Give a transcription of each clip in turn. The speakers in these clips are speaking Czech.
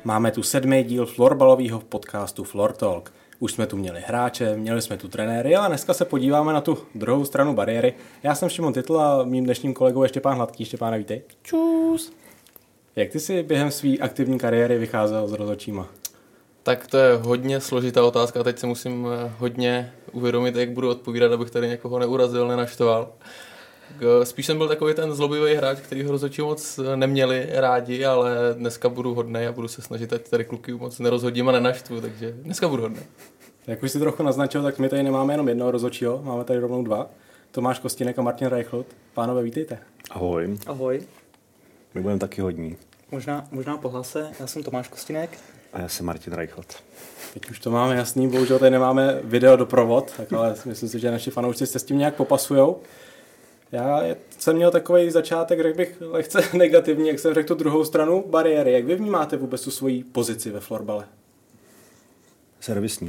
Máme tu 7. díl florbalového podcastu Floor Talk. Už jsme tu měli hráče, měli jsme tu trenéry, ale dneska se podíváme na tu druhou stranu bariéry. Já jsem Šimon Titl a mým dnešním kolegou je Štěpán Hladký. Štěpáne, vítej. Čus. Jak ty jsi během své aktivní kariéry vycházel s rozhodčíma? Tak to je hodně složitá otázka. Teď se musím hodně uvědomit, jak budu odpovídat, abych tady někoho neurazil, nenaštval. Spíš jsem byl takový ten zlobivý hráč, který ho rozhodčí moc neměli rádi, ale dneska budu hodnej a budu se snažit, ať tady kluky moc nerozhodím a nenaštvu, takže dneska budu hodnej. Jak už si trochu naznačil, tak my tady nemáme jenom jednoho rozhodčího, máme tady rovnou dva. Tomáš Kostinek a Martin Reichlot. Pánové, vítejte. Ahoj. Ahoj. My budeme taky hodní. Možná po hlase, já jsem Tomáš Kostinek. A já jsem Martin Reichlot. Teď už to máme jasný, bohužel tady nemáme video doprovod, tak ale myslím si, že naši fanoušci se s tím nějak popasujou. Já jsem měl takový začátek, řekl bych, lehce negativní, jak jsem řekl tu druhou stranu bariéry. Jak vy vnímáte vůbec tu svoji pozici ve florbale? Servisní.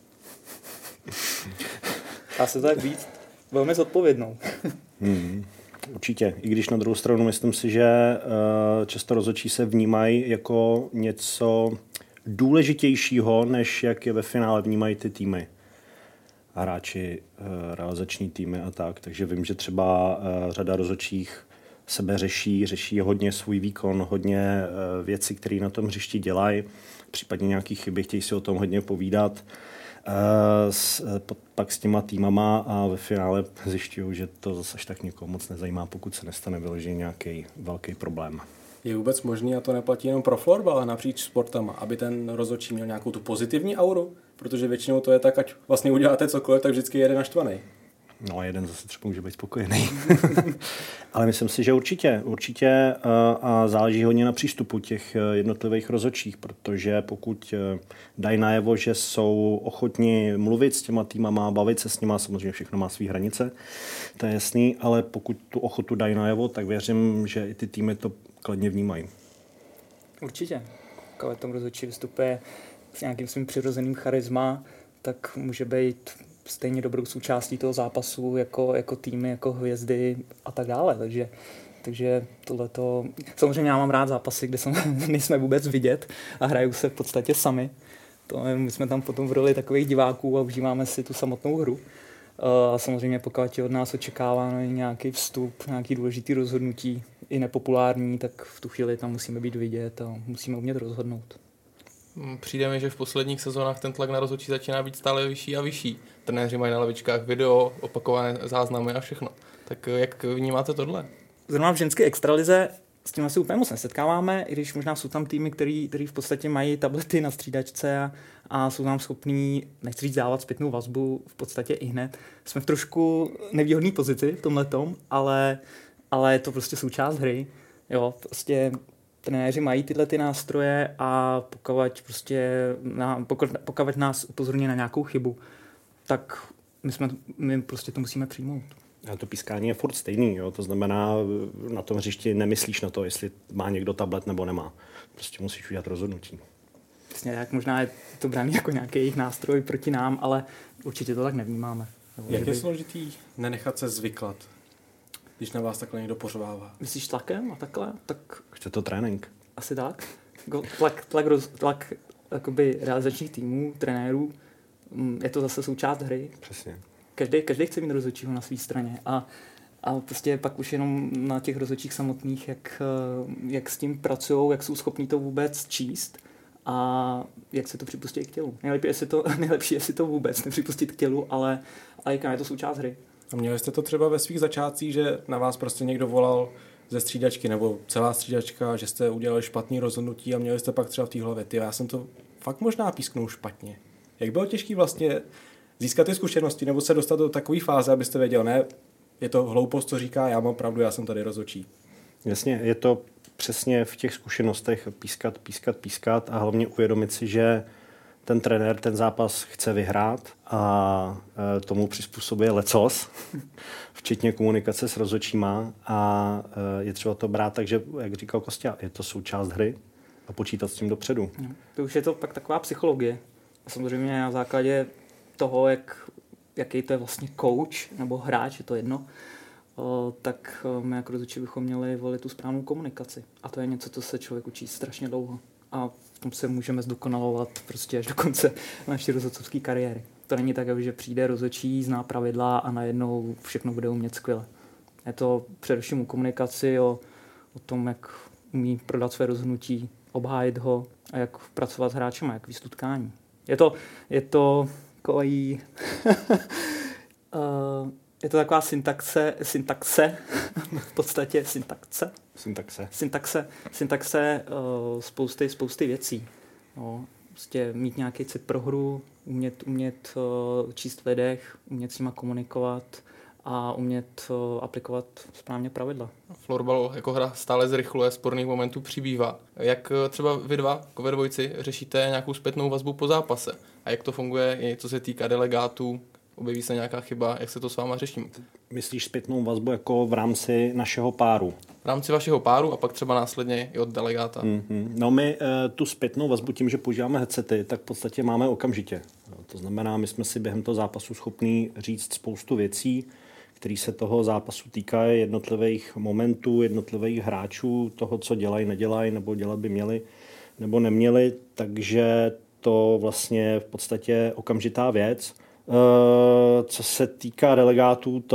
Dá se tak víc velmi zodpovědnou. Určitě. I když na druhou stranu myslím si, že často rozhodčí se vnímají jako něco důležitějšího, než jak je ve finále vnímají ty týmy. Hráči, realizační týmy a tak. Takže vím, že třeba řada rozhodčích sebe řeší hodně svůj výkon, hodně věcí, které na tom hřišti dělají, případně nějaké chyby, chtějí si o tom hodně povídat. Pak s těma týmama a ve finále zjišťují, že to zase až tak někoho moc nezajímá, pokud se nestane vyložený nějaký velký problém. Je vůbec možný, a to neplatí jenom pro florbal, ale napříč sportama, aby ten rozhodčí měl nějakou tu pozitivní auru? Protože většinou to je tak, ať vlastně uděláte cokoliv, tak vždycky jede naštvaný. No a jeden zase třeba může být spokojený. Ale myslím si, že určitě a záleží hodně na přístupu těch jednotlivých rozhodčích, protože pokud dají najevo, že jsou ochotni mluvit s těma týmama, bavit se s nima, samozřejmě všechno má své hranice, to je jasný, ale pokud tu ochotu dají najevo, tak věřím, že i ty týmy to kladně vnímají. Určitě. Pokud tom rozhodčí vystupuje s nějakým svým přirozeným charisma, tak může být stejně dobrou součástí toho zápasu jako týmy, jako hvězdy a tak dále. Takže tohleto... Samozřejmě já mám rád zápasy, kde nejsme vůbec vidět a hrajou se v podstatě sami. My jsme tam potom v roli takových diváků a užíváme si tu samotnou hru. A samozřejmě pokud od nás očekává nějaký vstup, nějaký důležitý rozhodnutí, i nepopulární, tak v tu chvíli tam musíme být vidět a musíme umět rozhodnout. Přijde mi, že v posledních sezónách ten tlak na rozhodčí začíná být stále vyšší a vyšší. Trenéři mají na lavičkách video, opakované záznamy a všechno. Tak jak vnímáte tohle? Zrovna v ženské extralize s tím asi úplně moc nesetkáváme, i když možná jsou tam týmy, který v podstatě mají tablety na střídačce a jsou tam schopní, nechci říct, dávat zpětnou vazbu v podstatě i hned. Jsme v trošku nevýhodné pozici v tomhletom, ale je to prostě součást hry. Jo, prostě trenéři mají tyhle ty nástroje a pokud nás upozorní na nějakou chybu, tak my prostě to musíme přijmout. A to pískání je furt stejný, jo? To znamená, na tom hřišti nemyslíš na to, jestli má někdo tablet nebo nemá. Prostě musíš udělat rozhodnutí. Přesně tak, možná je to braný jako nějaký jejich nástroj proti nám, ale určitě to tak nevnímáme. Jak je složitý nenechat se zvyklat, když na vás takhle někdo pořvává? Myslíš tlakem a takhle? Tak Chce to trénink. asi tak. Tlak jakoby realizačních týmů, trenérů, je to zase součást hry. Přesně. Každý chce mít rozhodčího na své straně a prostě pak už jenom na těch rozhodčích samotných, jak s tím pracují, jak jsou schopní to vůbec číst a jak se to připustí k tělu. Nejlepší, jestli to vůbec nepřipustit k tělu, ale je to součást hry. A měli jste to třeba ve svých začátcích, že na vás prostě někdo volal ze střídačky nebo celá střídačka, že jste udělali špatný rozhodnutí a měli jste pak třeba v té hlavě, já jsem to fakt možná písknul špatně. Jak bylo těžké vlastně získat ty zkušenosti nebo se dostat do takové fáze, abyste věděl, ne, je to hloupost, co říká, já mám pravdu, já jsem tady rozhodčí. Jasně, je to přesně v těch zkušenostech pískat a hlavně uvědomit si, že ten trenér ten zápas chce vyhrát a tomu přizpůsobuje lecos, včetně komunikace s rozhodčíma a je třeba to brát tak, že, jak říkal Kostya, je to součást hry a počítat s tím dopředu. To už je to pak taková psychologie. A samozřejmě na základě toho, jaký to je vlastně coach nebo hráč, je to jedno, tak my jako rozhodčí bychom měli volit tu správnou komunikaci. A to je něco, co se člověk učí strašně dlouho. a v tom se můžeme zdokonalovat prostě až do konce naší rozhodcovské kariéry. To není tak, že přijde rozhodčí, zná pravidla a najednou všechno bude umět skvěle. Je to především o komunikaci, o tom, jak umí prodat své rozhodnutí, obhájit ho a jak pracovat s hráčem a jak víc utkání. Je to takový... je to taková syntaxe, v podstatě syntaxe spousty věcí. No, prostě mít nějaký cit pro hru, umět číst v lidech, umět s nima komunikovat a umět aplikovat správně pravidla. Florbal jako hra stále zrychluje, sporných momentů přibývá. Jak třeba vy dva, jako ve dvojici, řešíte nějakou zpětnou vazbu po zápase? A jak to funguje, i co se týká delegátů? Objeví se nějaká chyba, jak se to s váma řeší? Myslíš zpětnou vazbu jako v rámci našeho páru? V rámci vašeho páru a pak třeba následně i od delegáta. No my tu zpětnou vazbu tím, že používáme headsety, tak v podstatě máme okamžitě. To znamená, my jsme si během toho zápasu schopní říct spoustu věcí, které se toho zápasu týkají, jednotlivých momentů, jednotlivých hráčů, toho, co dělají, nedělají, nebo dělat by měli, nebo neměli, takže to vlastně v podstatě okamžitá věc. Co se týká delegátů, to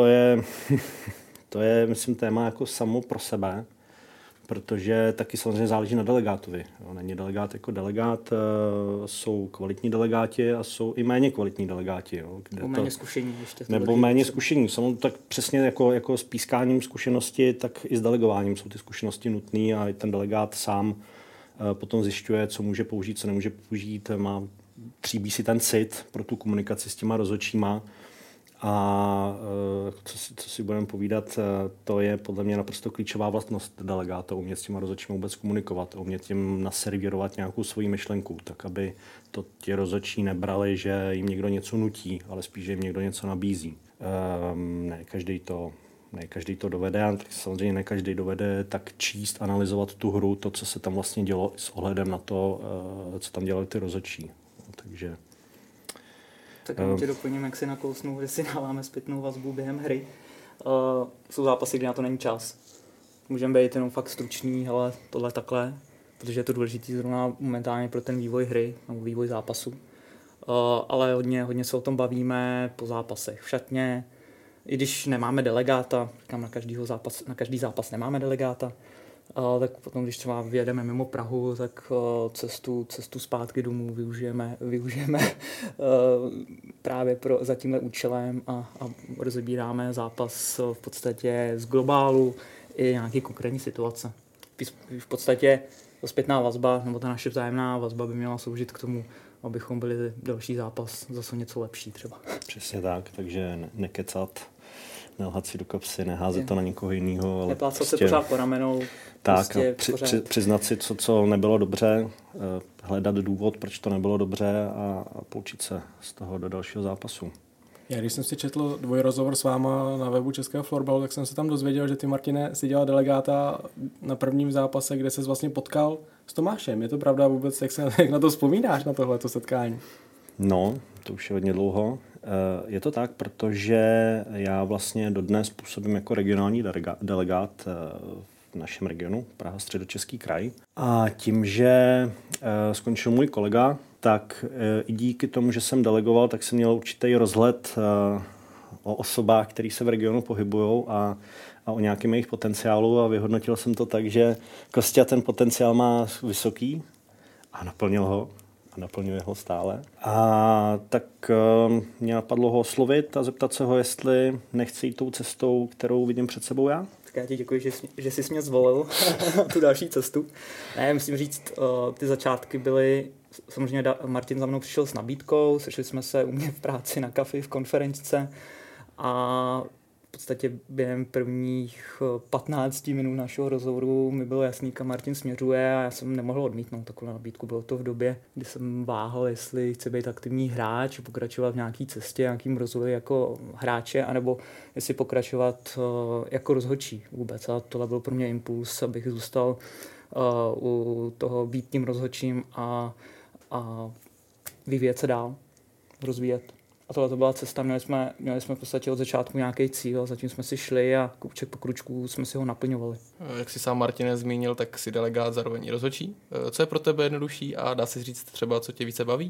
je, myslím, téma jako samo pro sebe, protože taky samozřejmě záleží na delegátovi. Není delegát jako delegát, jsou kvalitní delegáti a jsou i méně kvalitní delegáti. Nebo méně zkušení. Nebo méně zkušení. Samozřejmě tak přesně jako s pískáním zkušenosti, tak i s delegováním jsou ty zkušenosti nutné a i ten delegát sám potom zjišťuje, co může použít, co nemůže použít, tříbí si ten cit pro tu komunikaci s těma rozhodčíma a co si budeme povídat, to je podle mě naprosto klíčová vlastnost delegáta, umět s těma rozhodčíma vůbec komunikovat, umět jim naservírovat nějakou svoji myšlenku, tak aby to ti rozhodčí nebrali, že jim někdo něco nutí, ale spíš, že jim někdo něco nabízí. Ne každý to dovede, a samozřejmě ne každý dovede tak číst, analyzovat tu hru, to, co se tam vlastně dělo s ohledem na to, co tam dělali ty rozhodčí. Takže... Tak já tě doplním, jak si nakousnu, že si dáváme zpětnou vazbu během hry. Jsou zápasy, kdy na to není čas. Můžeme být jenom fakt stručný, ale tohle takhle, protože je to důležitý zrovna momentálně pro ten vývoj hry nebo vývoj zápasu. Ale hodně se o tom bavíme po zápasech v šatně. I když nemáme delegáta, říkám, na každý zápas nemáme delegáta, tak potom, když třeba vyjedeme mimo Prahu, tak cestu zpátky domů využijeme právě za tímhle účelem a rozebíráme zápas v podstatě z globálu i nějaké konkrétní situace. V podstatě zpětná vazba, nebo ta naše vzájemná vazba by měla sloužit k tomu, abychom byli další zápas zase něco lepší třeba. Přesně tak, takže nekecat, nelhat si do kapsy, neházet to na někoho jiného. Ale neplácat prostě, se pořád po ramenou. Tak, prostě přiznat si, co nebylo dobře, hledat důvod, proč to nebylo dobře a poučit se z toho do dalšího zápasu. Já když jsem si četl dvojrozhovor s váma na webu Českého florbalu, tak jsem se tam dozvěděl, že ty, Martine, si dělal delegáta na prvním zápase, kde ses vlastně potkal s Tomášem. Je to pravda vůbec, jak na to vzpomínáš, na tohleto setkání? No, to už je hodně dlouho. Je to tak, protože já vlastně dodnes působím jako regionální delegát v našem regionu, Praha středočeský kraj. A tím, že skončil můj kolega, tak i díky tomu, že jsem delegoval, tak jsem měl určitý rozhled o osobách, který se v regionu pohybují a o nějakém jejich potenciálu a vyhodnotil jsem to tak, že Kostia ten potenciál má vysoký a naplnil ho. Naplňuje ho stále. A tak mě napadlo ho oslovit a zeptat se ho, jestli nechce jít tou cestou, kterou vidím před sebou já. Tak já ti děkuji, že jsi mě zvolil tu další cestu. Ne, musím říct, ty začátky byly, samozřejmě Martin za mnou přišel s nabídkou, sešli jsme se u mě v práci na kafi v konferenčce a v podstatě během prvních 15 minut našeho rozhovoru mi bylo jasný, kam Martin směřuje a já jsem nemohl odmítnout takovou nabídku. Bylo to v době, kdy jsem váhal, jestli chci být aktivní hráč, pokračovat v nějaké cestě, nějakým rozvoji jako hráče, anebo jestli pokračovat jako rozhodčí vůbec. A tohle byl pro mě impuls, abych zůstal u toho být tím rozhodčím a vyvíjet se dál, rozvíjet. A tohle to byla cesta, měli jsme v podstatě od začátku nějaký cíl, zatím jsme si šli a kruček po kručku jsme si ho naplňovali. Jak si sám Martine zmínil, tak si delegát zároveň i rozhodčí. Co je pro tebe jednodušší a dá se říct třeba, co tě více baví?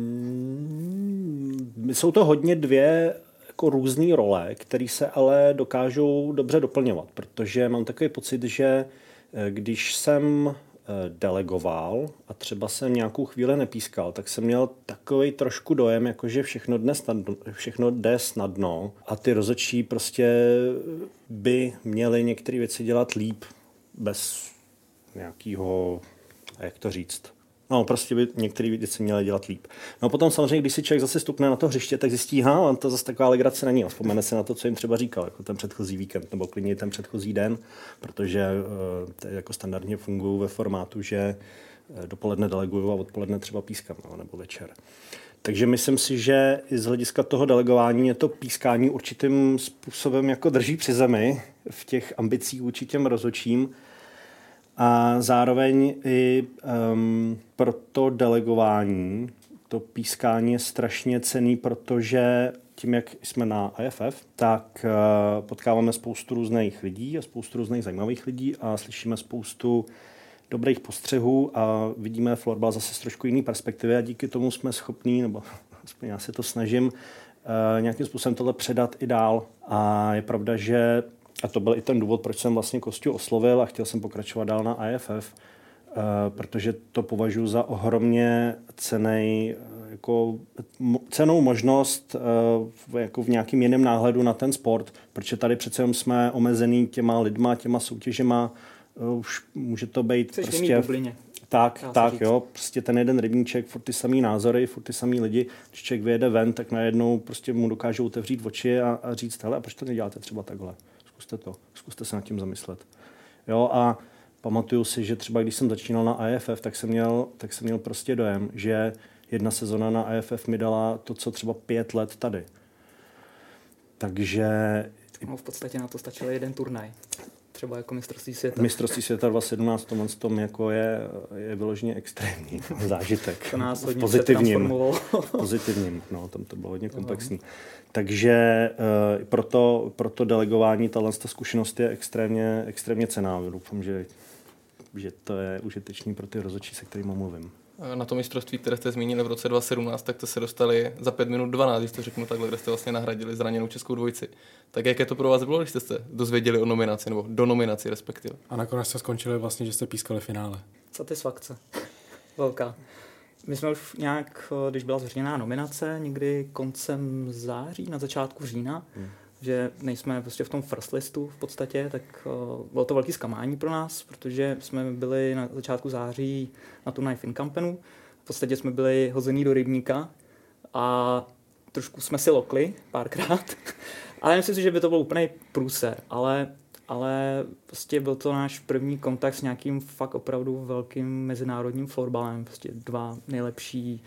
Jsou to hodně dvě jako různé role, které se ale dokážou dobře doplňovat, protože mám takový pocit, že když jsem delegoval a třeba jsem nějakou chvíli nepískal, tak jsem měl takový trošku dojem, jakože všechno jde snadno a ty rozhodčí prostě by měli některé věci dělat líp bez nějakého, jak to říct. No, prostě by některé věci měly dělat líp. No potom samozřejmě, když si člověk zase stupne na to hřiště, tak zjistí, on to zase taková legrace není. A vzpomene se na to, co jim třeba říkal, jako ten předchozí víkend, nebo klidně ten předchozí den, protože jako standardně fungují ve formátu, že dopoledne deleguju a odpoledne třeba pískám, nebo večer. Takže myslím si, že i z hlediska toho delegování je to pískání určitým způsobem jako drží při zemi v těch ambicích vůči těm rozhodčím. A zároveň i pro to delegování, to pískání je strašně cenný, protože tím, jak jsme na AFF, tak potkáváme spoustu různých lidí a spoustu různých zajímavých lidí a slyšíme spoustu dobrých postřehů a vidíme florbal zase z trošku jiný perspektivy a díky tomu jsme schopní, nebo aspoň já se to snažím, nějakým způsobem tohle předat i dál. A je pravda, že a to byl i ten důvod, proč jsem vlastně Kostю oslovil a chtěl jsem pokračovat dál na AFF, protože to považuji za ohromně cennou možnost jako v nějakým jiném náhledu na ten sport, protože tady přece jsme omezený těma lidma, těma soutěžema, už může to být Chceš prostě... Tak, jo, prostě ten jeden rybníček, furt ty samý názory, furt ty samý lidi. Když člověk vyjede ven, tak najednou prostě mu dokážou otevřít oči a říct, hele, a proč to neděláte třeba takhle? Zkuste se nad tím zamyslet. Jo, a pamatuju si, že třeba když jsem začínal na AFF, tak jsem měl prostě dojem, že jedna sezona na AFF mi dala to, co třeba 5 let tady. Takže... No, v podstatě na to stačil jeden turnaj. Třeba jako mistrovství světa. Mistrovství světa 2017 tom jako je vyloženě extrémní zážitek. To nás hodně pozitivním, no, tam to bylo hodně komplexní. Takže pro to delegování ta zkušenost je extrémně cenná. Doufám, že to je užitečný pro ty rozhodčí, se kterými mluvím. Na to mistrovství, které jste zmínili v roce 2017, tak to se dostali za 5 minut 12, když to řeknu takhle, kde jste vlastně nahradili zraněnou českou dvojici. Tak jaké to pro vás bylo, když jste se dozvěděli o nominaci, nebo do nominaci respektive? A nakonec jste skončili vlastně, že jste pískali finále. Satisfakce. Velká. My jsme už nějak, když byla zveřejněná nominace, někdy koncem září, na začátku října, že nejsme prostě v tom first listu v podstatě, tak bylo to velký zklamání pro nás, protože jsme byli na začátku září na turnaj Finkampenu. V podstatě jsme byli hození do rybníka a trošku jsme si lokli párkrát. Ale myslím si, že by to byl úplný průser, ale prostě byl to náš první kontakt s nějakým fakt opravdu velkým mezinárodním florbalem. Prostě 2 nejlepší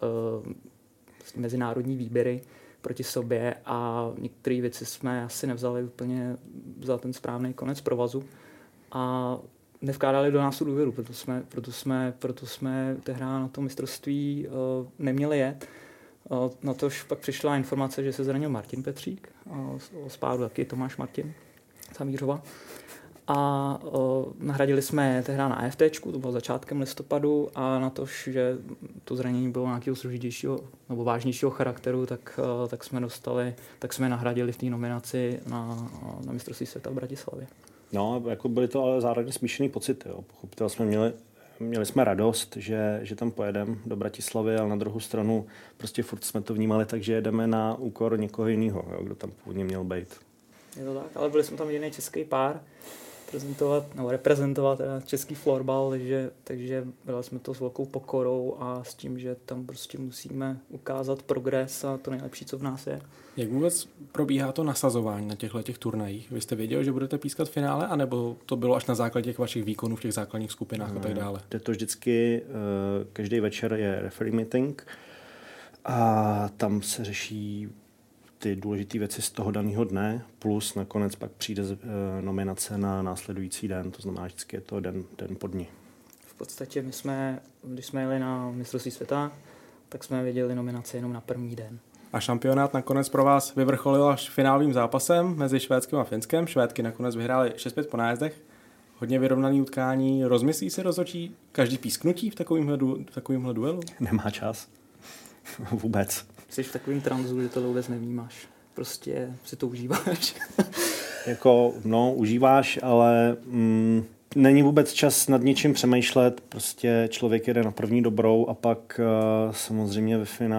mezinárodní výběry proti sobě a některé věci jsme asi nevzali úplně za ten správný konec provazu a nevkládali do nás tu důvěru, proto jsme tehdy na to mistrovství neměli jet. Na tož pak přišla informace, že se zranil Martin Petřík, o spádu taky Tomáš Martin Samířova. A nahradili jsme tehdy na AFTčku, to bylo začátkem listopadu, a na to, že to zranění bylo nějakého složitějšího nebo vážnějšího charakteru, tak jsme nahradili v té nominaci na mistrovství světa v Bratislavě. No, jako byly to ale zároveň smíšený pocity. Jo. Pochopitelně jsme měli jsme radost, že tam pojedeme do Bratislavy, ale na druhou stranu prostě furt jsme to vnímali tak, že jedeme na úkor někoho jiného, kdo tam původně měl být. Je to tak, ale byli jsme tam jediný český pár reprezentovat český florbal, takže byli jsme to s velkou pokorou a s tím, že tam prostě musíme ukázat progres a to nejlepší, co v nás je. Jak vůbec probíhá to nasazování na těchto turnajích? Vy jste věděli, že budete pískat finále, anebo to bylo až na základě těch vašich výkonů v těch základních skupinách a tak dále? Je to vždycky, každý večer je referee meeting a tam se řeší ty důležité věci z toho daného dne, plus nakonec pak přijde nominace na následující den, to znamená, vždycky je to den po dni. V podstatě když jsme jeli na mistrovství světa, tak jsme věděli nominaci jenom na první den. A šampionát nakonec pro vás vyvrcholil až finálovým zápasem mezi Švédskem a Finskem. Švédky nakonec vyhrály 6-5 po nájezdech. Hodně vyrovnaný utkání. Rozmyslí si rozhodčí každý písknutí v takovýmhle duelu? Nemá čas. Vůbec. Jsi v takovým tranzu, že to vůbec nevnímáš. Prostě si to užíváš. Užíváš, ale není vůbec čas nad něčím přemýšlet. Prostě člověk jede na první dobrou a pak samozřejmě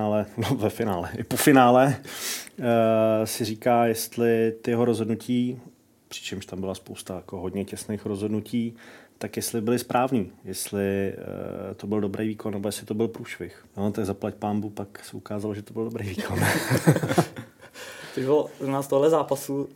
i po finále si říká, jestli ty jeho rozhodnutí, přičemž tam byla spousta jako hodně těsných rozhodnutí, tak jestli byly správný, jestli to byl dobrý výkon, nebo jestli to byl průšvih. No, tak zaplať pánbu, pak se ukázalo, že to byl dobrý výkon. To bylo u nás tohle zápasu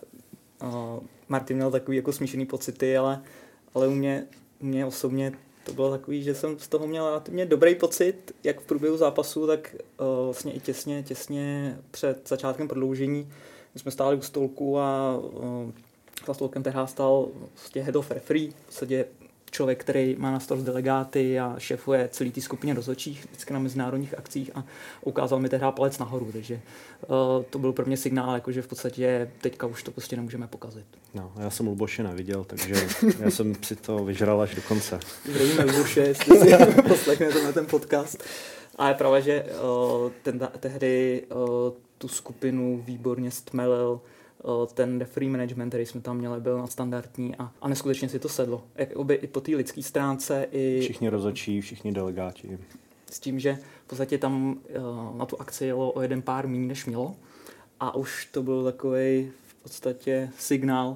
Martin měl takový jako smíšený pocity, ale u mě osobně to bylo takový, že jsem z toho měl relativně dobrý pocit, jak v průběhu zápasu, tak vlastně i těsně před začátkem prodloužení. My jsme stáli u stolku a za stolkem tehdy stál vlastně head of referee, v podstatě člověk, který má na starost delegáty a šéfuje celý té skupině rozhodčích vždycky na mezinárodních akcích a ukázal mi tehdy palec nahoru, takže to byl pro mě signál, jako že v podstatě teďka už to prostě nemůžeme pokazit. No, já jsem Luboše neviděl, takže já jsem si to vyžral až do konce. Zdravíme Luboše, jestli si poslechnete ten podcast. A je pravda, že tehdy tu skupinu výborně stmelil. Ten referee management, který jsme tam měli, byl nadstandardní a neskutečně si to sedlo. I po té lidské stránce. Všichni rozhodčí, všichni delegáti. S tím, že v podstatě tam na tu akci jelo o jeden pár méně než mělo a už to byl takový v podstatě signál,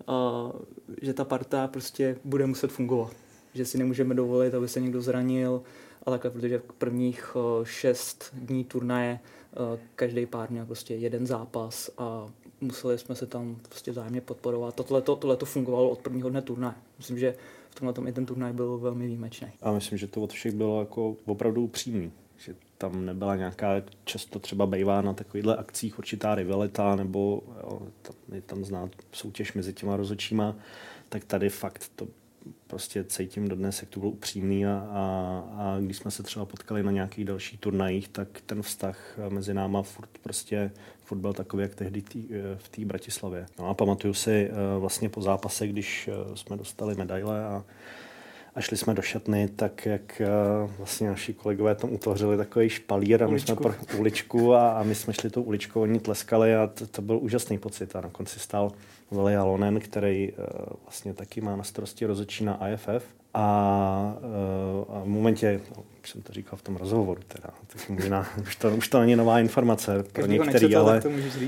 že ta parta prostě bude muset fungovat. Že si nemůžeme dovolit, aby se někdo zranil a takhle, protože prvních 6 dní turnaje každý pár měl prostě jeden zápas a museli jsme se tam prostě vzájemně podporovat. Tohleto fungovalo od prvního dne turnaje. Myslím, že v tomhle i ten turnaj byl velmi výjimečný. A myslím, že to od všech bylo jako opravdu upřímný. Že tam nebyla nějaká, často třeba bývá na takovýchhle akcích určitá rivalita, nebo je tam znát soutěž mezi těma rozhodčíma, tak tady fakt to prostě cítím dodnes, jak to bylo upřímný a když jsme se třeba potkali na nějakých dalších turnajích, tak ten vztah mezi náma furt byl takový, jak tehdy v té Bratislavě. No a pamatuju si vlastně po zápase, když jsme dostali medaile a šli jsme do šatny, tak jak vlastně naši kolegové tam utvořili takový špalír a my jsme pro uličku a my jsme šli tou uličkou, oni tleskali a to byl úžasný pocit. A na konci stál Veli Alonen, který vlastně taky má na starosti rozhodčí na AFF a v momentě, už jsem to říkal v tom rozhovoru teda, tak možná, už to není nová informace pro některý, ale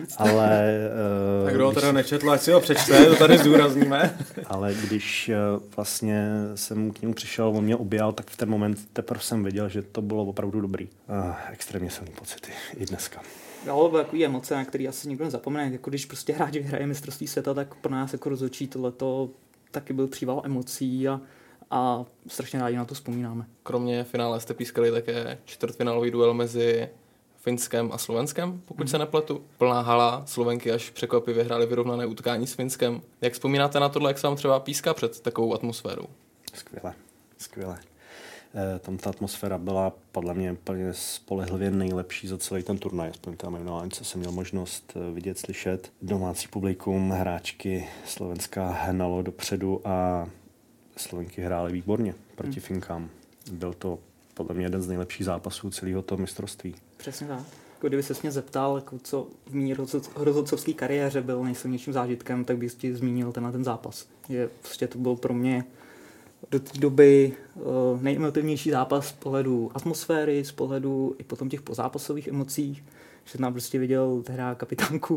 tak kdo ho teda nečetl, ať si ho přečte, to tady zdůrazníme. Ale když vlastně jsem k němu přišel, on mě objal, tak v ten moment teprve jsem viděl, že to bylo opravdu dobrý. Extrémně silný pocity i dneska. Jo, byly takový emoce, na který asi nikdo nezapomene. Jako když prostě hráč vyhraje mistrovství světa, tak pro nás jako rozhodčí tohleto taky byl příval emocí a strašně rádi na to vzpomínáme. Kromě finále jste pískali také čtvrtfinálový duel mezi Finskem a Slovenskem, pokud se nepletu. Plná hala, Slovenky až překvapivě hrály vyrovnané utkání s Finskem. Jak vzpomínáte na tohle, jak se vám třeba píská před takovou atmosférou? Skvěle. Tam ta atmosféra byla podle mě úplně spolehlivě nejlepší za celý ten turnaj. Aspoň tam jmenování jsem měl možnost vidět, slyšet. Domácí publikum, hráčky Slovenska hnalo dopředu a Slovenky hrály výborně proti Finkám. Byl to podle mě jeden z nejlepších zápasů celého toho mistrovství. Přesně tak. Kdyby se mě zeptal, jako co v mý rozhodcovské kariéře byl nejsilnějším zážitkem, tak bych ti zmínil ten zápas. Že prostě to byl pro mě do té doby nejemotivnější zápas z pohledu atmosféry, z pohledu i potom těch pozápasových emocích. Že jsem tam prostě viděl tehdy kapitánku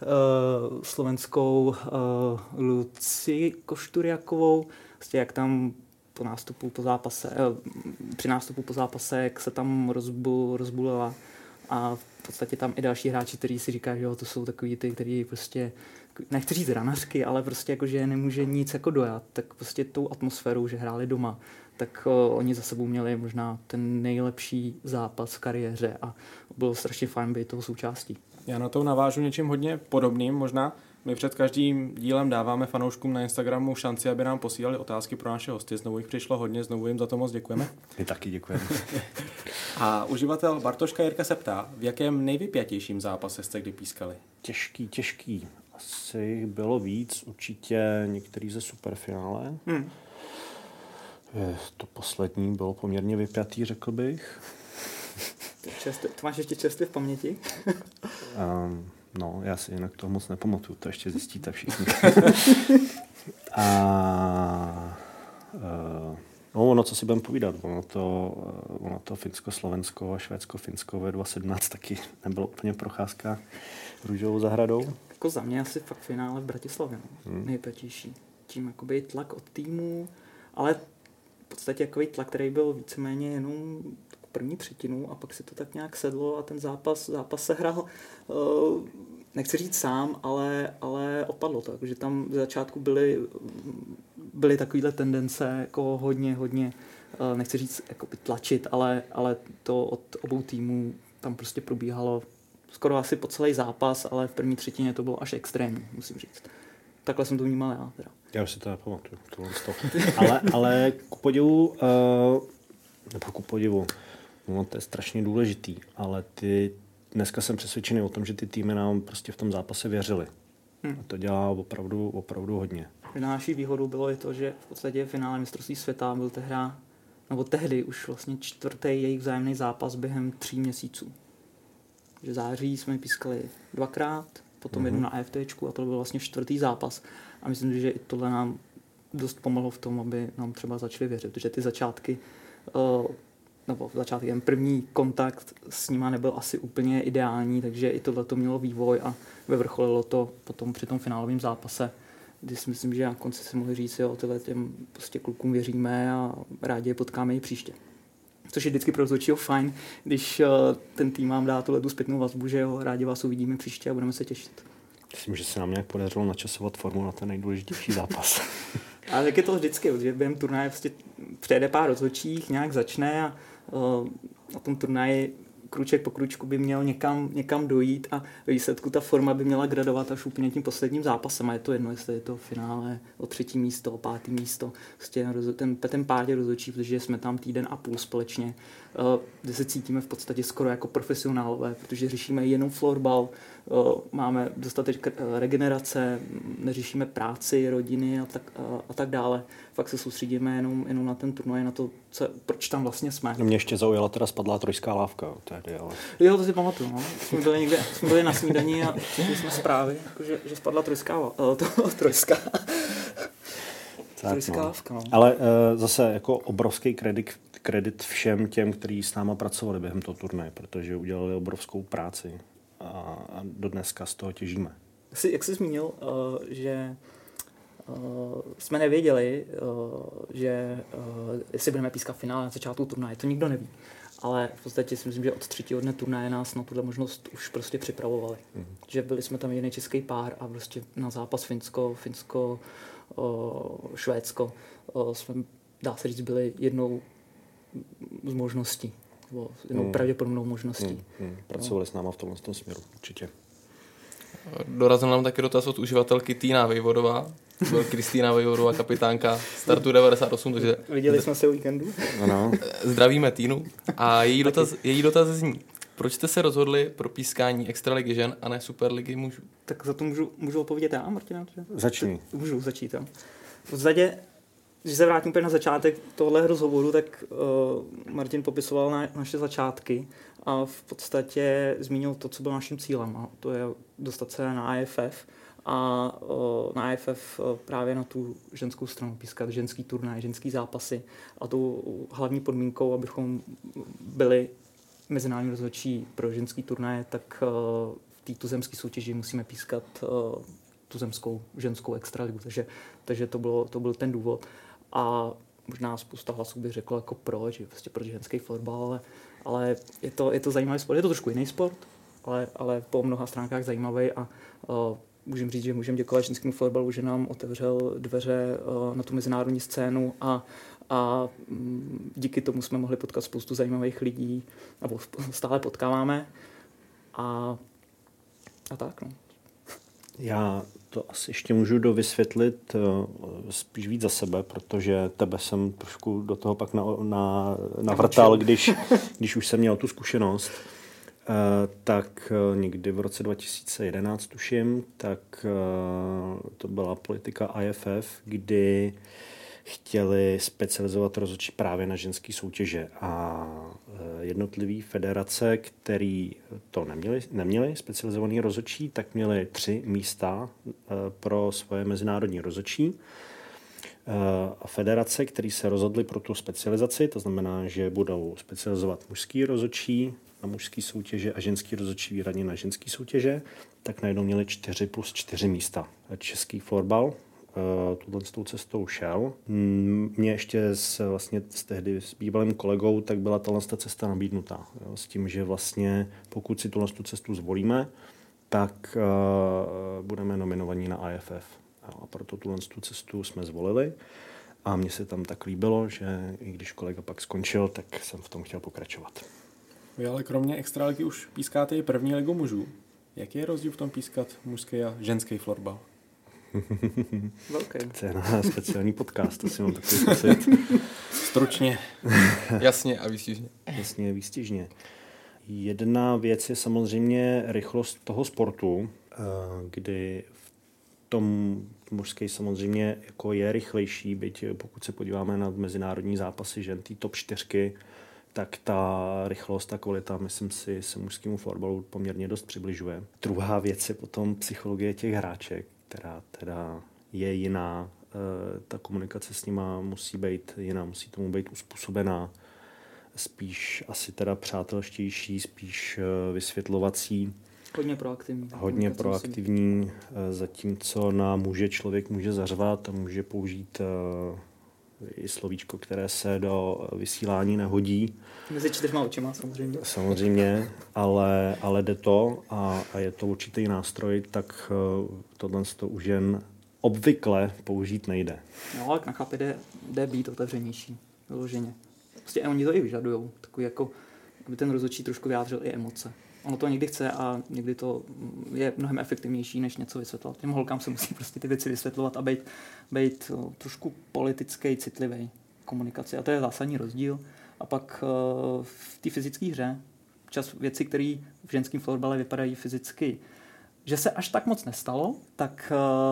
slovenskou Luci Košturiakovou, prostě jak tam při nástupu po zápase, jak se tam rozbulila a v podstatě tam i další hráči, kteří si říkají, že jo, to jsou takový ty, kteří prostě, nechci říct ranařky, ale prostě jako, že nemůže nic jako dojat, tak prostě tou atmosférou, že hráli doma, tak oni za sebou měli možná ten nejlepší zápas v kariéře a bylo strašně fajn být toho součástí. Já na to navážu něčím hodně podobným, možná My před každým dílem dáváme fanouškům na Instagramu šanci, aby nám posílali otázky pro naše hosty. Znovu jich přišlo hodně, znovu jim za to moc děkujeme. My taky děkujeme. A uživatel Bartoška Jirka se ptá, v jakém nejvypjatějším zápase jste kdy pískali? Těžký. Asi bylo víc, určitě některý ze superfinále. To poslední bylo poměrně vypjatý, řekl bych. To máš ještě čerstvě v paměti? No, já si jinak toho moc nepamatuju, to ještě zjistíte všichni. Ono, co si budeme povídat, ono to Finsko-Slovensko a Švédsko-Finsko ve 2017 taky nebylo úplně procházka růžovou zahradou. Jako za mě asi fakt finále v Bratislavě, nejpětější. Tím jakoby tlak od týmu, ale v podstatě takový tlak, který byl víceméně jenom první třetinu a pak si to tak nějak sedlo a ten zápas se hrál, nechci říct sám, ale opadlo to, že tam v začátku byly takovýhle tendence jako hodně, nechci říct jako tlačit, ale to od obou týmů tam prostě probíhalo skoro asi po celý zápas, ale v první třetině to bylo až extrémní, musím říct. Takhle jsem to vnímal já teda. Já už si to nepamatuju. Ale ku podivu, no, to je strašně důležitý, ale dneska jsem přesvědčený o tom, že ty týmy nám prostě v tom zápase věřily. A to dělá opravdu hodně. Na naší výhodou bylo i to, že v podstatě v finále mistrovství světa byl tehdy už vlastně 4. jejich vzájemný zápas během 3 měsíců. Že září jsme pískali 2krát, potom jednou na AFTčku a to byl vlastně 4. zápas. A myslím, že i tohle nám dost pomohlo v tom, aby nám třeba začali věřit, protože ty začátky, ten první kontakt s nima nebyl asi úplně ideální, takže i tohle to mělo vývoj a vyvrcholilo to potom při tom finálovém zápase, kdy si myslím, že na konci si mohli říct, jo, těm prostě klukům věříme a rádi je potkáme i příště. Což je vždycky pro rozhodčího fajn, když ten tým vám dá tuhle zpětnou vazbu, že jo, rádi vás uvidíme příště a budeme se těšit. Myslím, že se nám nějak podařilo načasovat formu na ten nejdůležitější zápas. Ale tak je to vždycky, že během turnaje prostě přijede pár rozhodčích, nějak začne a na tom turnaji kruček po kručku by měl někam dojít a ve výsledku ta forma by měla gradovat až úplně tím posledním zápasem. A je to jedno, jestli je to finále o 3. místo, o 5. místo. Prostě ten pár rozhodčí, protože jsme tam týden a půl společně, kde se cítíme v podstatě skoro jako profesionálové, protože řešíme jenom florbal, máme dostatek regenerace, neřešíme práci, rodiny a tak dále. Fakt se soustředíme jenom na ten turnaj, na to, proč tam vlastně jsme. Mě ještě zaujala teda spadlá trojská lávka. Tedy, ale... Jo, to si pamatuju. No. Jsme byli na snídani a četli jsme zprávy, že spadla trojská lávka. No. Ale zase jako obrovský kredit všem těm, kteří s náma pracovali během toho turnaje, protože udělali obrovskou práci a do dneska z toho těžíme. Jak jsi zmínil, že jsme nevěděli, že jestli budeme pískat finále na začátku turnaje, to nikdo neví. Ale v podstatě si myslím, že od 3. dne turnaje nás na tuhle možnost už prostě připravovali. Že byli jsme tam jediný český pár a prostě na zápas Finsko, Švédsko jsme, dá se říct, byli jednou z možností. Jednou pravděpodobnou možností. Pracovali s náma v tomhle směru, určitě. Dorazil nám taky dotaz od uživatelky Týna Vejvodová. Byl Kristýna Vejvodová, kapitánka Startu 98, takže... Viděli jsme se o víkendu. Ano. Zdravíme Týnu. A její dotaz zní, proč jste se rozhodli pro pískání Extraligy žen a ne Superligy mužů? Tak za to můžu odpovědět já, Martina? Začni. Můžu začít, jo. V podstatě, když se vrátím na začátek tohle rozhovoru, tak Martin popisoval naše začátky a v podstatě zmínil to, co bylo naším cílem. A to je dostat se na AFF a na AFF právě na tu ženskou stranu pískat ženský turnaj, ženský zápasy a tou hlavní podmínkou, abychom byli mezinárodní rozhodčí pro ženský turnaje, tak v té tuzemské soutěži musíme pískat tuzemskou ženskou extraligu, takže to byl ten důvod. A možná spousta hlasů by řeklo jako proč ženský fotbal, ale je to zajímavý sport, je to trošku jiný sport, ale po mnoha stránkách zajímavý a můžeme říct, že můžeme děkovat ženskému fotbalu, že nám otevřel dveře na tu mezinárodní scénu a díky tomu jsme mohli potkat spoustu zajímavých lidí, nebo stále potkáváme a tak, no. Já to asi ještě můžu dovysvětlit spíš víc za sebe, protože tebe jsem trošku do toho pak navrtal, když už jsem měl tu zkušenost. Tak někdy v roce 2011 tuším, tak to byla politika IFF, kdy chtěli specializovat rozhodčí právě na ženské soutěže a jednotlivé federace, které to neměly specializovaný rozhodčí, tak měly 3 místa pro svoje mezinárodní rozhodčí. A federace, které se rozhodly pro tu specializaci, to znamená, že budou specializovat mužský rozhodčí na mužské soutěže a ženský rozhodčí výhradně na ženské soutěže, tak najednou měli 4+4 místa. Český florbal tuhle s tou cestou šel. Mně ještě tehdy s bývalým kolegou, tak byla tahle cesta nabídnutá. Jo, s tím, že vlastně pokud si tu cestu zvolíme, tak budeme nominovaní na IFF. A proto tu cestu jsme zvolili. A mně se tam tak líbilo, že i když kolega pak skončil, tak jsem v tom chtěl pokračovat. Vy ale kromě extraligy už pískáte i první ligu mužů. Jaký je rozdíl v tom pískat mužský a ženský florbal? Velký. To je na speciální podcast, to si mám takový pocit. Stručně. Jasně a výstižně. Jasně, výstižně. Jedna věc je samozřejmě rychlost toho sportu, kdy v tom mužský samozřejmě jako je rychlejší, byť pokud se podíváme na mezinárodní zápasy žen, ty top 4, tak ta rychlost, ta kvalita, myslím si, se mužskému florbalu poměrně dost přibližuje. Druhá věc je potom psychologie těch hráček, která teda je jiná. Ta komunikace s nima musí být jiná, musí tomu být uspůsobená. Spíš asi teda přátelštější, spíš vysvětlovací. Hodně proaktivní. Zatímco na muže člověk může zařvat a může použít i slovíčko, které se do vysílání nehodí. Mezi 4 očima samozřejmě. Samozřejmě, ale jde to a je to určitý nástroj, tak tohle to už jen obvykle použít nejde. No, ale na chlapi jde být otevřenější, vyloženě. Prostě oni to i vyžadujou, takový jako, aby ten rozhodčí trošku vyjádřil i emoce. Ono to někdy chce a někdy to je mnohem efektivnější, než něco vysvětlovat. Těm holkám se musí prostě ty věci vysvětlovat a být trošku politický, citlivý komunikaci. A to je zásadní rozdíl. A pak v té fyzické hře čas věci, které v ženském florbale vypadají fyzicky, že se až tak moc nestalo, tak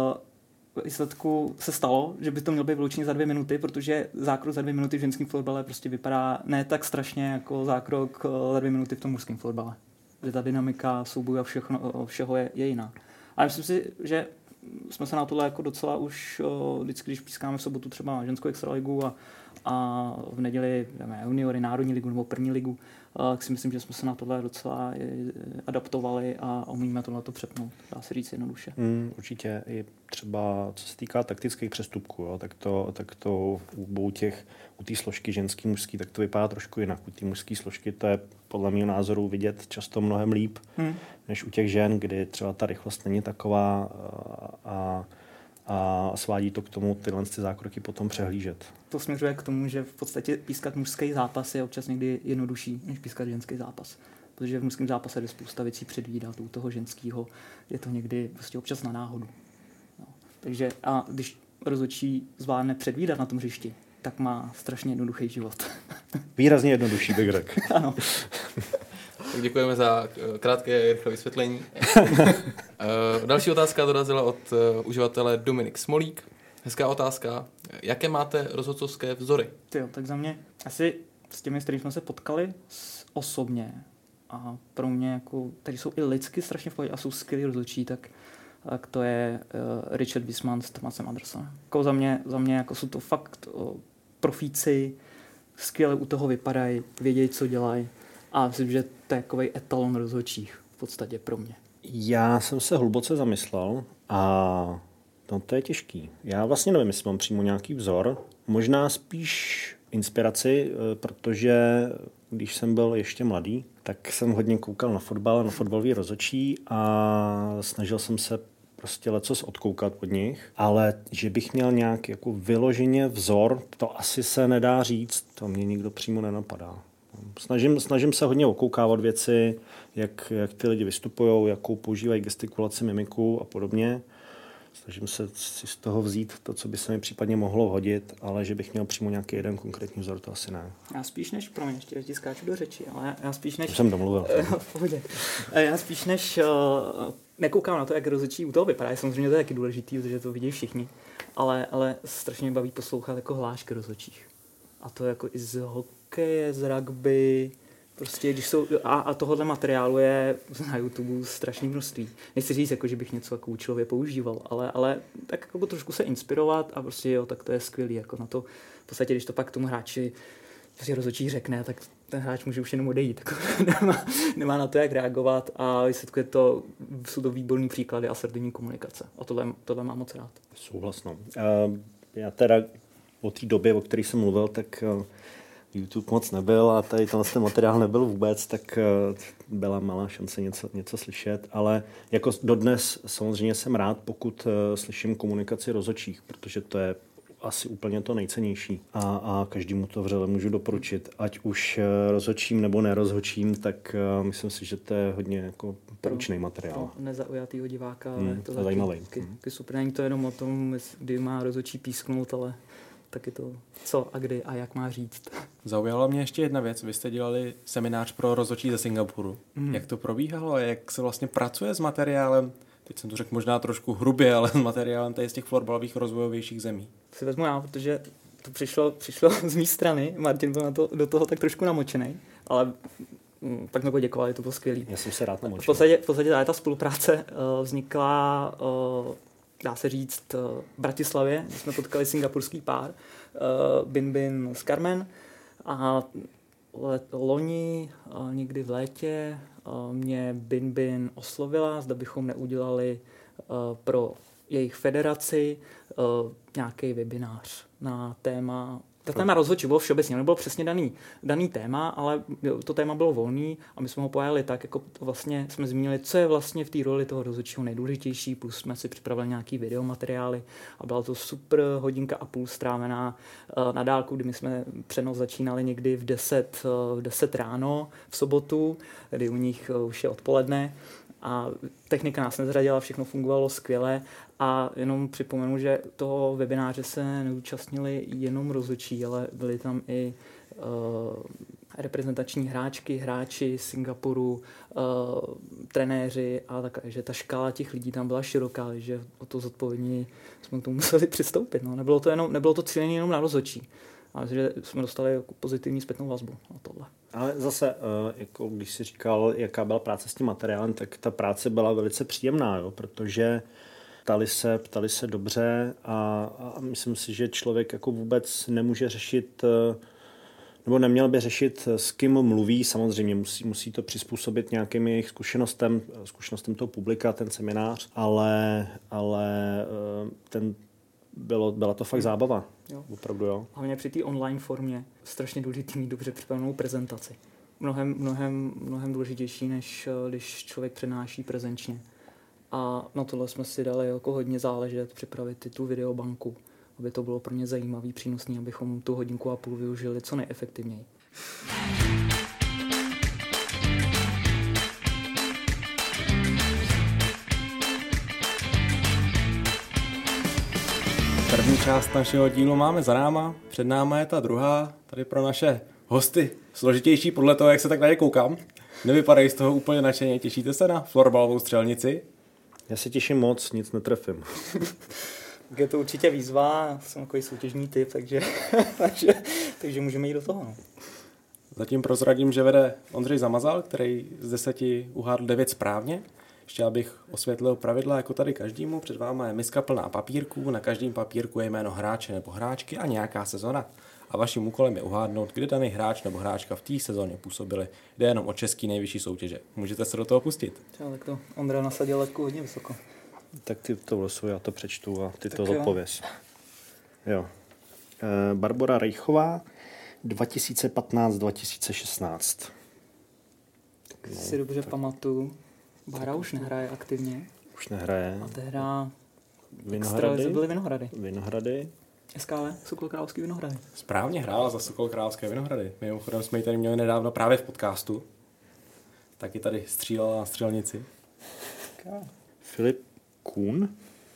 výsledku se stalo, že by to mělo být vyloučené za 2 minuty, protože zákrok za 2 minuty v ženském florbale prostě vypadá ne tak strašně jako zákrok za 2 minuty v tom mužském florbale. Že ta dynamika souboje a všeho je jiná. Ale myslím si, že jsme se na tohle jako docela už vždycky, když pískáme v sobotu třeba ženskou extraligu a v neděli juniory, národní ligu nebo první ligu, tak si myslím, že jsme se na tohle docela adaptovali a umíme tohleto přepnout. Dá se říct jednoduše. Určitě i třeba co se týká taktických přestupků, jo, tak to u té složky ženský, mužský, tak to vypadá trošku jinak. U té mužské složky to je podle mého názoru vidět často mnohem líp, než u těch žen, kdy třeba ta rychlost není taková a svádí to k tomu tyhle zákroky potom přehlížet. To směřuje k tomu, že v podstatě pískat mužský zápas je občas někdy jednodušší, než pískat ženský zápas. Protože v mužském zápase jde spousta věcí předvídat, u toho ženského je to někdy prostě občas na náhodu. No. Takže a když rozhodčí zvládne předvídat na tom hřišti, tak má strašně jednoduchý život. Výrazně jednodušší, bych řekl. Ano. Tak děkujeme za krátké rychlé vysvětlení. Další otázka dorazila od uživatele Dominik Smolík. Hezká otázka. Jaké máte rozhodcovské vzory? Tyjo, tak za mě asi s těmi, s kterými jsme se potkali osobně a pro mě, jako, tady jsou i lidsky strašně v pohodě a jsou skvělí rozhodčí, tak to je Richard Wiseman s Tomasem Andersonem. Jako za mě jako jsou to fakt profíci, skvěle u toho vypadají, vědějí, co dělají. A myslím, že to je takovej etalon rozhodčích v podstatě pro mě. Já jsem se hluboce zamyslel a to je těžký. Já vlastně nevím, jestli mám přímo nějaký vzor. Možná spíš inspiraci, protože když jsem byl ještě mladý, tak jsem hodně koukal na fotbal, na fotbalový rozhodčí a snažil jsem se prostě lecos odkoukat od nich, ale že bych měl nějak jako vyloženě vzor, to asi se nedá říct, to mě nikdo přímo nenapadá. Snažím se hodně okoukávat věci, jak ty lidi vystupují, jakou používají gestikulaci, mimiku a podobně. Snažím se si z toho vzít to, co by se mi případně mohlo hodit, ale že bych měl přímo nějaký jeden konkrétní vzor, to asi ne. Já spíš než, promiň, ještě ti skáču do řeči, ale já spíš než... Už jsem domluvil. V pohodě. Já spíš než nekoukám na to, jak rozhodčí u toho vypadá. Samozřejmě to je taky důležitý, protože to vidí všichni. Ale strašně mě baví poslouchat jako hlášky rozhodčích. A to jako i z hokeje, z rugby, prostě když jsou, a tohohle materiálu je na YouTube strašný množství. Nechci říct, jako, že bych něco jako účelově používal, ale tak jako trošku se inspirovat a prostě jo, tak to je skvělý. Jako na to, v podstatě, když to pak tomu hráči prostě rozhodčí řekne, tak ten hráč může už jenom odejít. Jako, nemá na to, jak reagovat a vysvětluje to, jsou to výborný příklady asertivní komunikace. A tohle mám moc rád. Souhlasno. Já teda o té době, o které jsem mluvil, tak YouTube moc nebyl a tady ten materiál nebyl vůbec, tak byla malá šance něco slyšet, ale jako dodnes samozřejmě jsem rád, pokud slyším komunikaci rozhodčích, protože to je asi úplně to nejcennější a každému to vřele můžu doporučit. Ať už rozhodčím nebo nerozhodčím, tak myslím si, že to je hodně jako poučný materiál. Nezaujatýho diváka, ale to zajímavý. Taky super. Není to jenom o tom, kdy má rozhodčí písknout, ale taky to, co a kdy a jak má říct. Zaujala mě ještě jedna věc. Vy jste dělali seminář pro rozhodčí ze Singapuru. Jak to probíhalo? Jak se vlastně pracuje s materiálem? Teď jsem to řekl možná trošku hrubě, ale s materiálem tady z těch florbalových rozvojovějších zemí. Si vezmu já, protože to přišlo z mé strany. Martin byl do toho tak trošku namočený, ale pak jsme poděkovali, to bylo skvělý. Já jsem se rád namočil. V podstatě ta spolupráce vznikla, dá se říct, v Bratislavě, když jsme potkali singapurský pár, Bin s Carmen, a loni, někdy v létě, mě Bin oslovila, zda bychom neudělali pro jejich federaci nějaký webinář na téma rozhodčí, bylo všeobecně, nebylo přesně daný téma, ale to téma bylo volný a my jsme ho pojali tak, jako vlastně jsme zmínili, co je vlastně v té roli toho rozhodčího nejdůležitější, plus jsme si připravili nějaký videomateriály a byla to super 1,5 hodiny strávená na dálku, kdy my jsme přenos začínali někdy v 10 ráno v sobotu, kdy u nich už je odpoledne. A technika nás nezradila, všechno fungovalo skvěle a jenom připomenu, že toho webináře se neúčastnili jenom rozhodčí, ale byli tam i reprezentační hráči Singapuru, trenéři a tak, že ta škála těch lidí tam byla široká, že o to zodpovědní jsme tomu museli přistoupit. No. Nebylo to cílené jenom na rozhodčí, ale že jsme dostali jako pozitivní zpětnou vazbu na tohle. Ale zase, jako když jsi říkal, jaká byla práce s tím materiálem, tak ta práce byla velice příjemná, jo, protože ptali se dobře a myslím si, že člověk jako vůbec nemůže řešit, nebo neměl by řešit, s kým mluví. Samozřejmě musí to přizpůsobit nějakým jejich zkušenostem toho publika, ten seminář, ale byla to fakt zábava. Jo. Opravdu, jo. Hlavně při té online formě strašně důležitý mít dobře připravenou prezentaci. Mnohem důležitější, než když člověk přednáší prezenčně. A na tohle jsme si dali jako hodně záležet, připravit tu videobanku, aby to bylo pro ně zajímavý, přínosný, abychom tu 1,5 hodiny využili co nejefektivněji. První část našeho dílu máme za náma, před náma je ta druhá, tady pro naše hosty složitější podle toho, jak se tak na ně koukám. Nevypadají z toho úplně nadšeně, těšíte se na florbalovou střelnici? Já se těším moc, nic netrefím. Tak je to určitě výzva, jsem takový soutěžní typ, takže můžeme jít do toho. No. Zatím prozradím, že vede Ondřej Zamazal, který z 10 uhádl 9 správně. Ještě abych osvětlil pravidla, jako tady každému. Před váma je miska plná papírků, na každém papírku je jméno hráče nebo hráčky a nějaká sezona. A vaším úkolem je uhádnout, kdy daný hráč nebo hráčka v té sezóně působili. Jde jenom o český nejvyšší soutěže. Můžete se do toho pustit. Tak to Ondra nasadil letku hodně vysoko. Tak ty to losuj, já to přečtu a ty tak to odpověz. Jo. Barbora Rejchová, 2015-2016. No, si dobře pamatuju. Bára už nehraje aktivně. Už nehraje. A tehda Vinohrady. byly Vinohrady. Vinohrady. SKV, Sokol Královský Vinohrady. Správně hrála za Sokol Královské Vinohrady. Mimochodem jsme ji tady měli nedávno právě v podcastu. Taky tady střílela na střelnici. Filip Kuhn.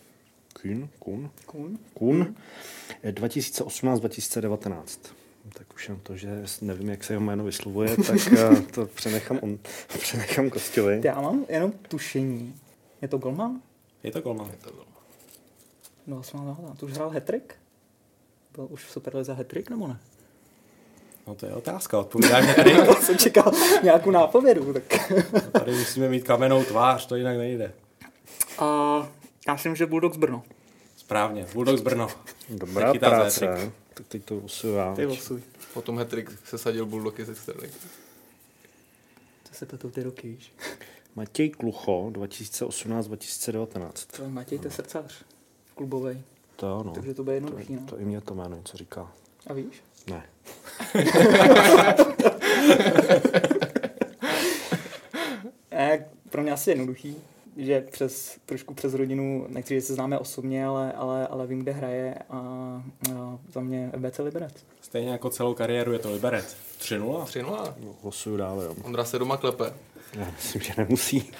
2018-2019. Tak už jen to, že nevím, jak se jeho jméno vyslovuje, tak to přenechám Kosťovi. Já mám jenom tušení. Je to golman? Je to golman. No, to už hrál hat-trick? Byl už v Superlize hat-trick, nebo ne? No to je otázka, odpovídáš mě tady. Já jsem čekal nějakou nápovědu, tak... Tady musíme mít kamennou tvář, to jinak nejde. Já si myslím, že Bulldogs Brno. Správně, Bulldogs Brno. Dobrá práce. Tak teď to usuju. Ty osuj. Potom hat-trick se sadil Bulldogy ze Sterling. To se pletou ty roky, víš. Matěj Klucho, 2018-2019. To je Matěj, to je srdcař. Klubovej. To ano. Takže to bude jednoduchý, no. To i mě to jméno něco říká. A víš? Ne. Pro mě asi jednoduchý, že trošku přes rodinu, nechci, že se známe osobně, ale vím, kde hraje a za mě FBC Liberec. Stejně jako celou kariéru je to Liberec. 3-0? 3-0. Losuju dále, jo. Ondra se doma klepe. Já myslím, že nemusí.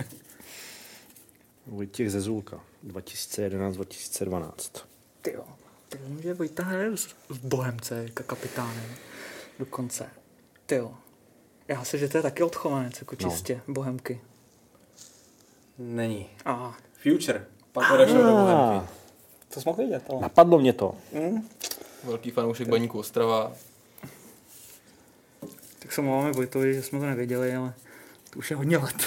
Vojtěch Zezulka, 2011-2012. Tyjo, tak vím, že Vojta hraje v Bohemce jako kapitánem dokonce. Tyjo, já si, že to je taky odchovanec, jako čistě Bohemky. Není. A Future. Pak odešel do Bohemky. to jsi mohl vědět, ale... Napadlo mě to. Velký fanoušek Baníku Ostrava. Tak se mluváme Vojtovi, že jsme to nevěděli, ale to už je hodně let.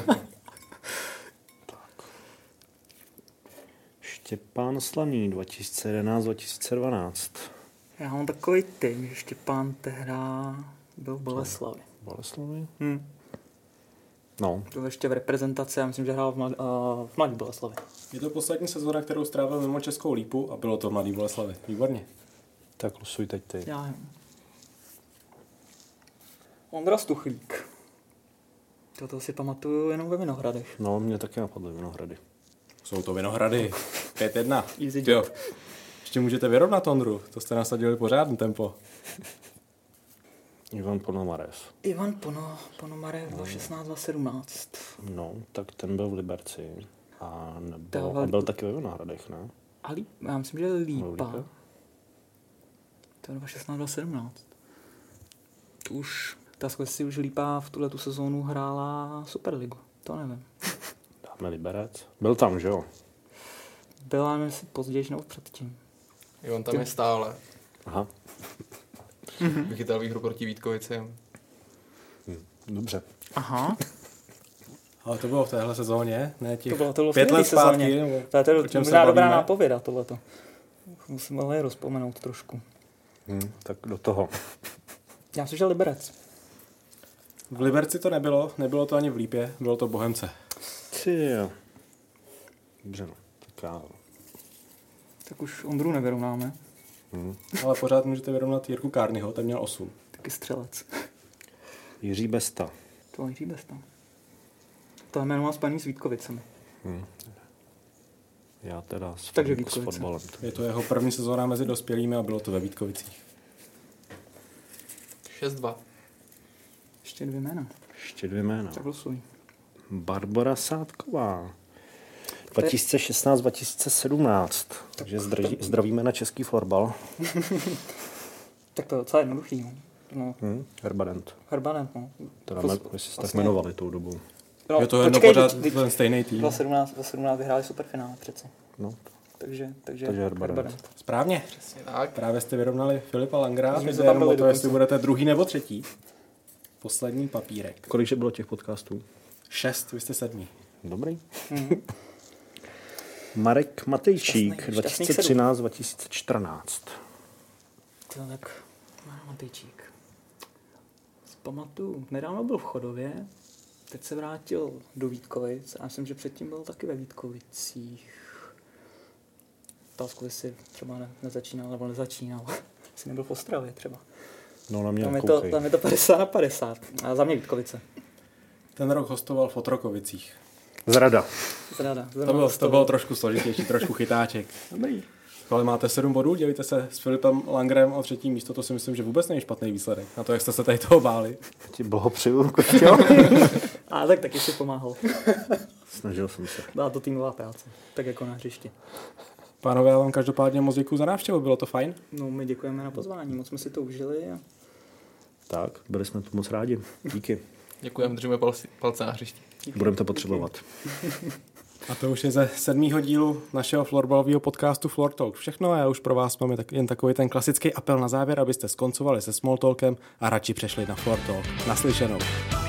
Štěpán Slaný, 2011-2012. Já mám takový tým, že Štěpán tehda byl v Boleslavi. Boleslavi? No. Byl ještě v reprezentaci, já myslím, že hrál v Mladý Boleslavi. Je to poslední sezóna, kterou strávil mimo Českou Lípu a bylo to v Mladý Boleslavi. Výborně. Tak losuj teď ty. Já nevím. Ondra Stuchlík. Toto si pamatuju jenom ve Vinohradech. No, mě taky napadly Vinohrady. Jsou to Vinohrady. 5-1. Easy Jo. job. Ještě můžete vyrovnat, Ondru. To jste nasadili pořádný tempo. Ivan Ponomarev. Ivan Ponomarev 2016-2017. No, tak ten byl v Liberci. A byl taky ve Vinohradech, ne? Já myslím, že Lípa. Lípa? To je 2016-2017. Otázka, jestli už Lípa v tuhletu sezónu hrála Superligu. To nevím. Dáme Liberec. Byl tam, že jo? Byla nevím, později nebo předtím. Jo, on tam je stále. Aha. Vychytal výhru proti Vítkovicím. Dobře. Aha. Ale to bylo v téhle sezóně, ne těch To bylo 5 let zpátky. To je o čem se možná dobrá bavíme? nápověda tohleto. Musím ale rozpomenout trošku. Tak do toho. Já jsem žil Liberec. V Liberci to nebylo to ani v Lípě, bylo to v Bohemce. Ty jo. Dobře, no. Tak já... Tak už Ondru nevyrovnáme. Ale pořád můžete vyrovnat Jirku Kárnyho, ten měl 8. Taky střelec. Jiří Besta. To Jiří Besta. To je jméno má spaný s Vítkovicemi. Já teda Takže s Vítkovice. fotbalem. Je to jeho první sezóna mezi dospělými a bylo to ve Vítkovicích. 6-2. Ještě dvě jména. Ještě dvě jména. Tak losuj. Barbara Sádková. 2016-2017. Takže zdravíme na český florbal. Tak to je docela jednoduchý. No. Herbadent. Herbanet, no. Teda jestli se tak jmenovali tou dobou. No, Je to jedno pořád ten stejný tým. 2017 vyhráli superfinále přece. No. Takže Herbadent. Správně. Tak. Právě jste vyrovnali Filipa Langra. jsme Teď se jde tam jenom o byli to, jestli dokonce. budete druhý nebo třetí. Poslední papírek. Kolikže bylo těch podcastů? 6, vy jste 7. Dobrý. Marek Matejčík, Šťastný 2013-2014. To tak Matejčík. Pamatuju, nedávno byl v Chodově, teď se vrátil do Vítkovic a myslím, že předtím byl taky ve Vítkovicích. Otázku, jestli třeba nezačínal nebo nezačínal. Jestli nebyl v Ostravě třeba. No na mě Tam je to 50/50. A za mě Vítkovice. Ten rok hostoval v Otrokovicích. Zrada. Zrada. To bylo trošku složitější, trošku chytáček. Dobrý. Ale máte 7 bodů, dělíte se s Filipem Langrem o 3. místo, to si myslím, že vůbec není špatný výsledek. Na to, jak jste se tady toho báli. Ti blahopřeju, Košťo. A tak taky si pomáhal. Snažil jsem se. Byla to týmová práce, tak jako na hřišti. Pánové, já vám každopádně moc děkuju za návštěvu, bylo to fajn? No, my děkujeme na pozvání, moc jsme si to užili. A... Tak, byli jsme tu moc rádi. Díky. Děkujeme, držíme palce na hřišti. Budeme to potřebovat. A to už je ze 7. dílu našeho florbalového podcastu Floor Talk všechno a já už pro vás mám jen takový ten klasický apel na závěr, abyste skoncovali se small talkem a radši přešli na Floor Talk. Naslyšenou.